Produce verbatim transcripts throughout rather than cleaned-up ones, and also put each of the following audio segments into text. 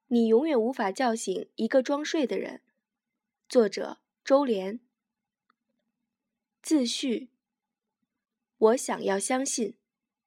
你永远无法叫醒一个装睡的人。作者周濂。自序：我想要相信。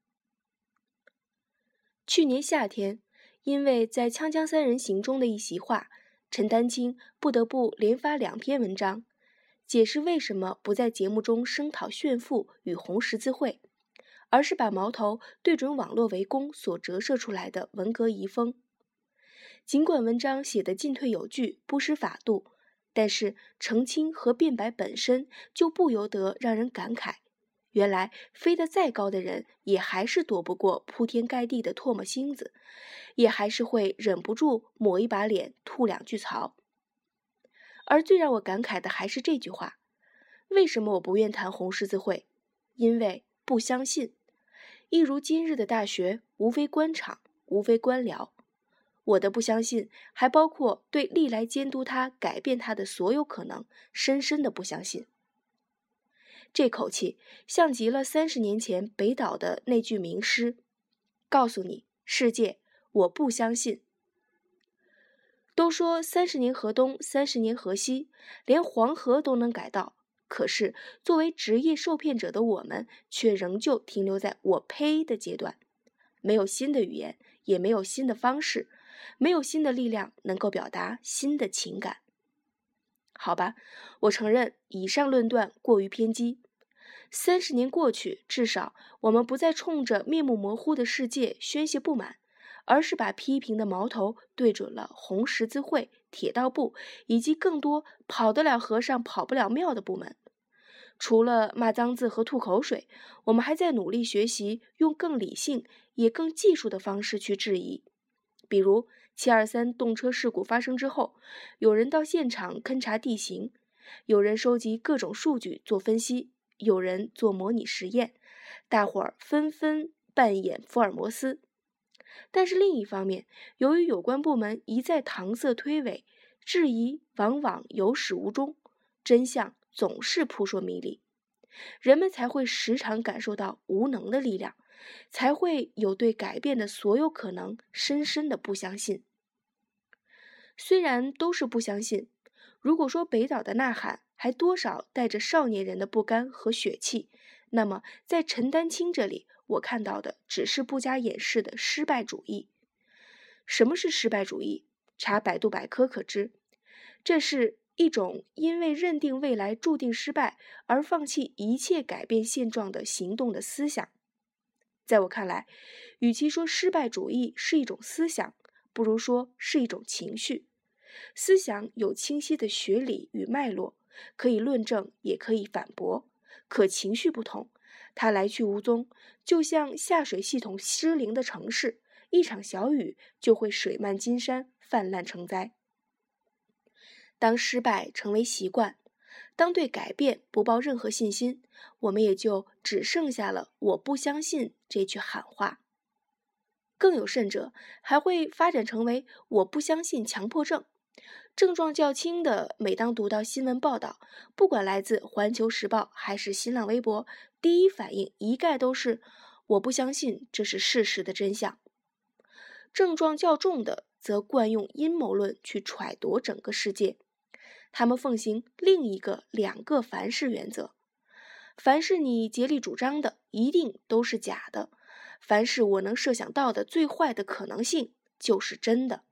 去年夏天，因为在《锵锵三人行》中的一席话，陈丹青不得不连发两篇文章，解释为什么不在节目中声讨炫富与红十字会，而是把矛头对准网络围攻所折射出来的文革遗风。尽管文章写得进退有据，不失法度，但是澄清和辩白本身就不由得让人感慨，原来飞得再高的人也还是躲不过铺天盖地的唾沫星子，也还是会忍不住抹一把脸吐两句槽。而最让我感慨的还是这句话：为什么我不愿谈红十字会？因为不相信。一如今日的大学，无非官场，无非官僚。我的不相信还包括对历来监督他、改变他的所有可能深深的不相信。这口气像极了三十年前北岛的那句名诗：告诉你世界，我不相信。都说三十年河东，三十年河西，连黄河都能改道，可是作为职业受骗者的我们却仍旧停留在我呸的阶段，没有新的语言，也没有新的方式，没有新的力量能够表达新的情感。好吧，我承认以上论断过于偏激。三十年过去，至少我们不再冲着面目模糊的世界宣泄不满，而是把批评的矛头对准了红十字会、铁道部以及更多跑得了和尚跑不了庙的部门。除了骂脏字和吐口水，我们还在努力学习用更理性也更技术的方式去质疑。比如七二三动车事故发生之后，有人到现场勘察地形，有人收集各种数据做分析，有人做模拟实验，大伙儿纷纷扮演福尔摩斯。但是另一方面，由于有关部门一再搪塞推诿，质疑往往有始无终，真相总是扑朔迷离，人们才会时常感受到无能的力量，才会有对改变的所有可能深深的不相信。虽然都是不相信，如果说北岛的呐喊还多少带着少年人的不甘和血气，那么在陈丹青这里，我看到的只是不加掩饰的失败主义。什么是失败主义？查百度百科可知，这是一种因为认定未来注定失败而放弃一切改变现状的行动的思想。在我看来，与其说失败主义是一种思想，不如说是一种情绪。思想有清晰的学理与脉络，可以论证也可以反驳，可情绪不同，它来去无踪，就像下水系统失灵的城市，一场小雨就会水漫金山，泛滥成灾。当失败成为习惯，当对改变不抱任何信心，我们也就只剩下了我不相信这句喊话。更有甚者，还会发展成为我不相信强迫症。症状较轻的，每当读到新闻报道，不管来自环球时报还是新浪微博，第一反应一概都是我不相信这是事实的真相。症状较重的，则惯用阴谋论去揣度整个世界。他们奉行另一个两个凡是原则：凡是你竭力主张的，一定都是假的；凡是我能设想到的最坏的可能性，就是真的。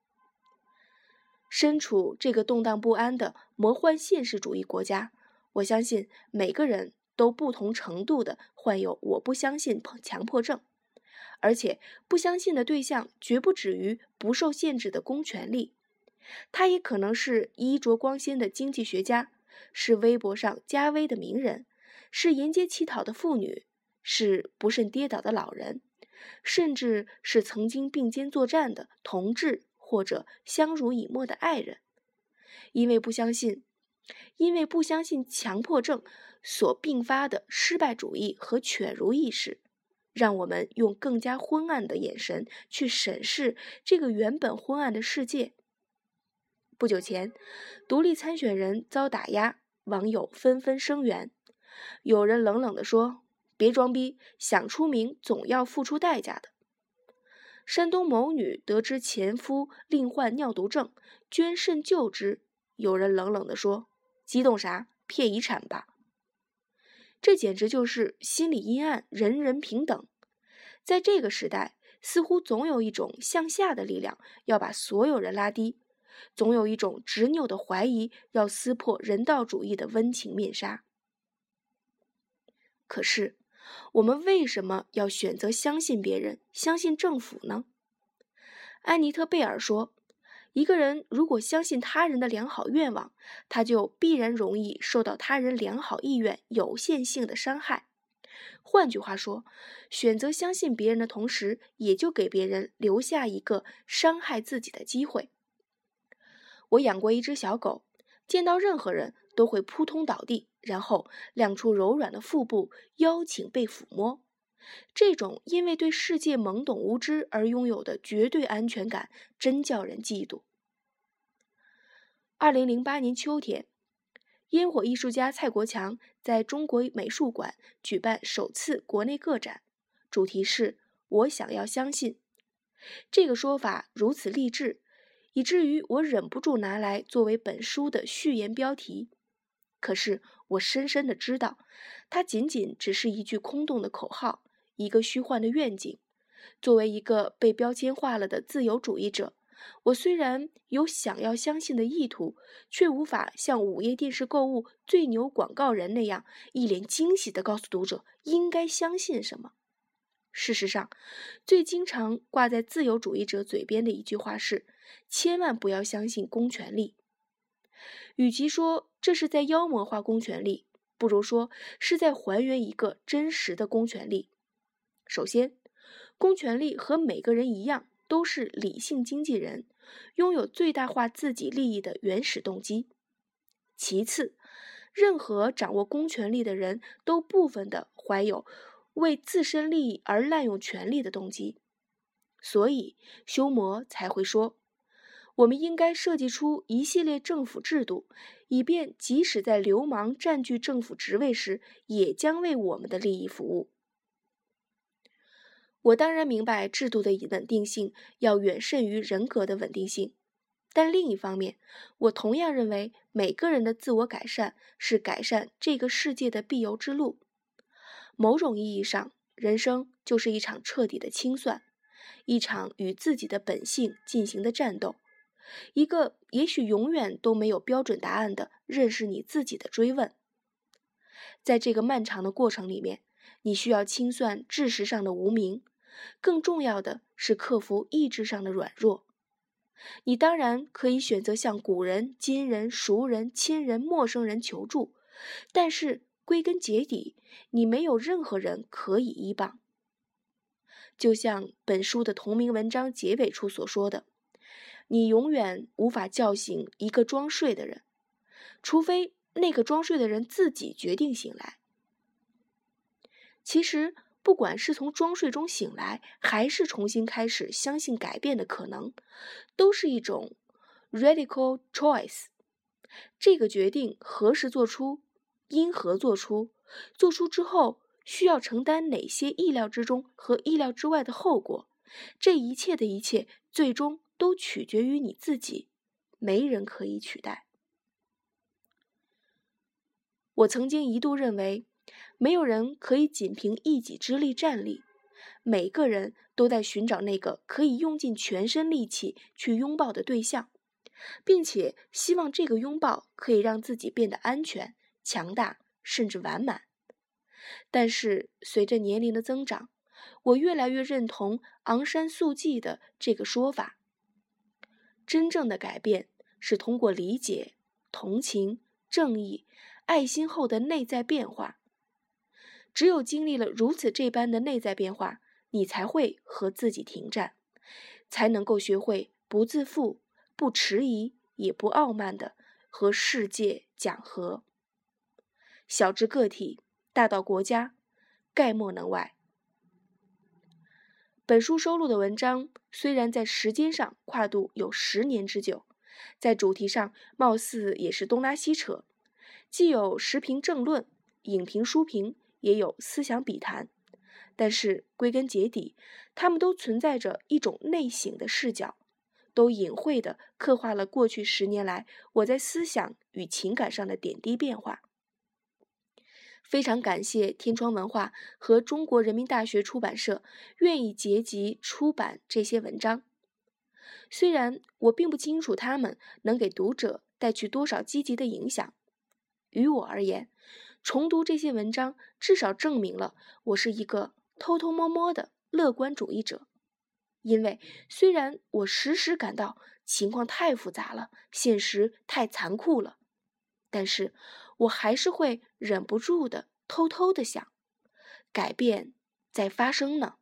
身处这个动荡不安的魔幻现实主义国家，我相信每个人都不同程度地患有我不相信强迫症，而且不相信的对象绝不止于不受限制的公权力，他也可能是衣着光鲜的经济学家，是微博上加微的名人，是沿街乞讨的妇女，是不慎跌倒的老人，甚至是曾经并肩作战的同志或者相濡以沫的爱人。因为不相信，因为不相信强迫症所并发的失败主义和犬儒意识，让我们用更加昏暗的眼神去审视这个原本昏暗的世界。不久前，独立参选人遭打压，网友纷纷声援。有人冷冷地说：别装逼，想出名总要付出代价的。 山东某女得知前夫另患尿毒症，捐肾救之，有人冷冷地说：激动啥？骗遗产吧。这简直就是心理阴暗，人人平等。在这个时代，似乎总有一种向下的力量要把所有人拉低，总有一种执拗的怀疑要撕破人道主义的温情面纱。可是，我们为什么要选择相信别人，相信政府呢？安妮特·贝尔说，一个人如果相信他人的良好愿望，他就必然容易受到他人良好意愿有限性的伤害。换句话说，选择相信别人的同时，也就给别人留下一个伤害自己的机会。我养过一只小狗，见到任何人都会扑通倒地，然后亮出柔软的腹部，邀请被抚摸。这种因为对世界懵懂无知而拥有的绝对安全感，真叫人嫉妒。二零零八年秋天，烟火艺术家蔡国强在中国美术馆举办首次国内个展，主题是我想要相信。这个说法如此励志，以至于我忍不住拿来作为本书的序言标题。可是我深深地知道，它仅仅只是一句空洞的口号，一个虚幻的愿景。作为一个被标签化了的自由主义者，我虽然有想要相信的意图，却无法像午夜电视购物最牛广告人那样一脸惊喜地告诉读者应该相信什么。事实上，最经常挂在自由主义者嘴边的一句话是：千万不要相信公权力。与其说这是在妖魔化公权力，不如说是在还原一个真实的公权力。首先，公权力和每个人一样，都是理性经纪人，拥有最大化自己利益的原始动机。其次，任何掌握公权力的人都部分地怀有为自身利益而滥用权力的动机。所以，休谟才会说，我们应该设计出一系列政府制度，以便即使在流氓占据政府职位时，也将为我们的利益服务。我当然明白制度的稳定性要远胜于人格的稳定性，但另一方面，我同样认为每个人的自我改善是改善这个世界的必由之路。某种意义上，人生就是一场彻底的清算，一场与自己的本性进行的战斗，一个也许永远都没有标准答案的认识你自己的追问。在这个漫长的过程里面，你需要清算知识上的无明，更重要的是克服意志上的软弱。你当然可以选择向古人、今人、熟人、亲人、陌生人求助，但是归根结底，你没有任何人可以依傍。就像本书的同名文章结尾处所说的，你永远无法叫醒一个装睡的人，除非那个装睡的人自己决定醒来。其实，不管是从装睡中醒来，还是重新开始相信改变的可能，都是一种 radical choice。这个决定何时做出，因何做出，做出之后需要承担哪些意料之中和意料之外的后果，这一切的一切，最终都取决于你自己，没人可以取代。我曾经一度认为，没有人可以仅凭一己之力站立，每个人都在寻找那个可以用尽全身力气去拥抱的对象，并且希望这个拥抱可以让自己变得安全、强大，甚至完满。但是随着年龄的增长，我越来越认同昂山素季的这个说法：真正的改变是通过理解、同情、正义、爱心后的内在变化。只有经历了如此这般的内在变化，你才会和自己停战，才能够学会不自负、不迟疑，也不傲慢的和世界讲和。小至个体，大到国家，概莫能外。本书收录的文章虽然在时间上跨度有十年之久，在主题上貌似也是东拉西扯，既有时评政论、影评书评，也有思想笔谈， 但是归根结底，它们都存在着一种内省的视角，都隐晦地刻画了过去十年来我在思想与情感上的点滴变化。非常感谢天窗文化和中国人民大学出版社愿意结集出版这些文章。虽然我并不清楚他们能给读者带去多少积极的影响，于我而言，重读这些文章至少证明了我是一个偷偷摸摸的乐观主义者。因为虽然我时时感到情况太复杂了，现实太残酷了，但是我还是会忍不住的偷偷的想，改变在发生呢。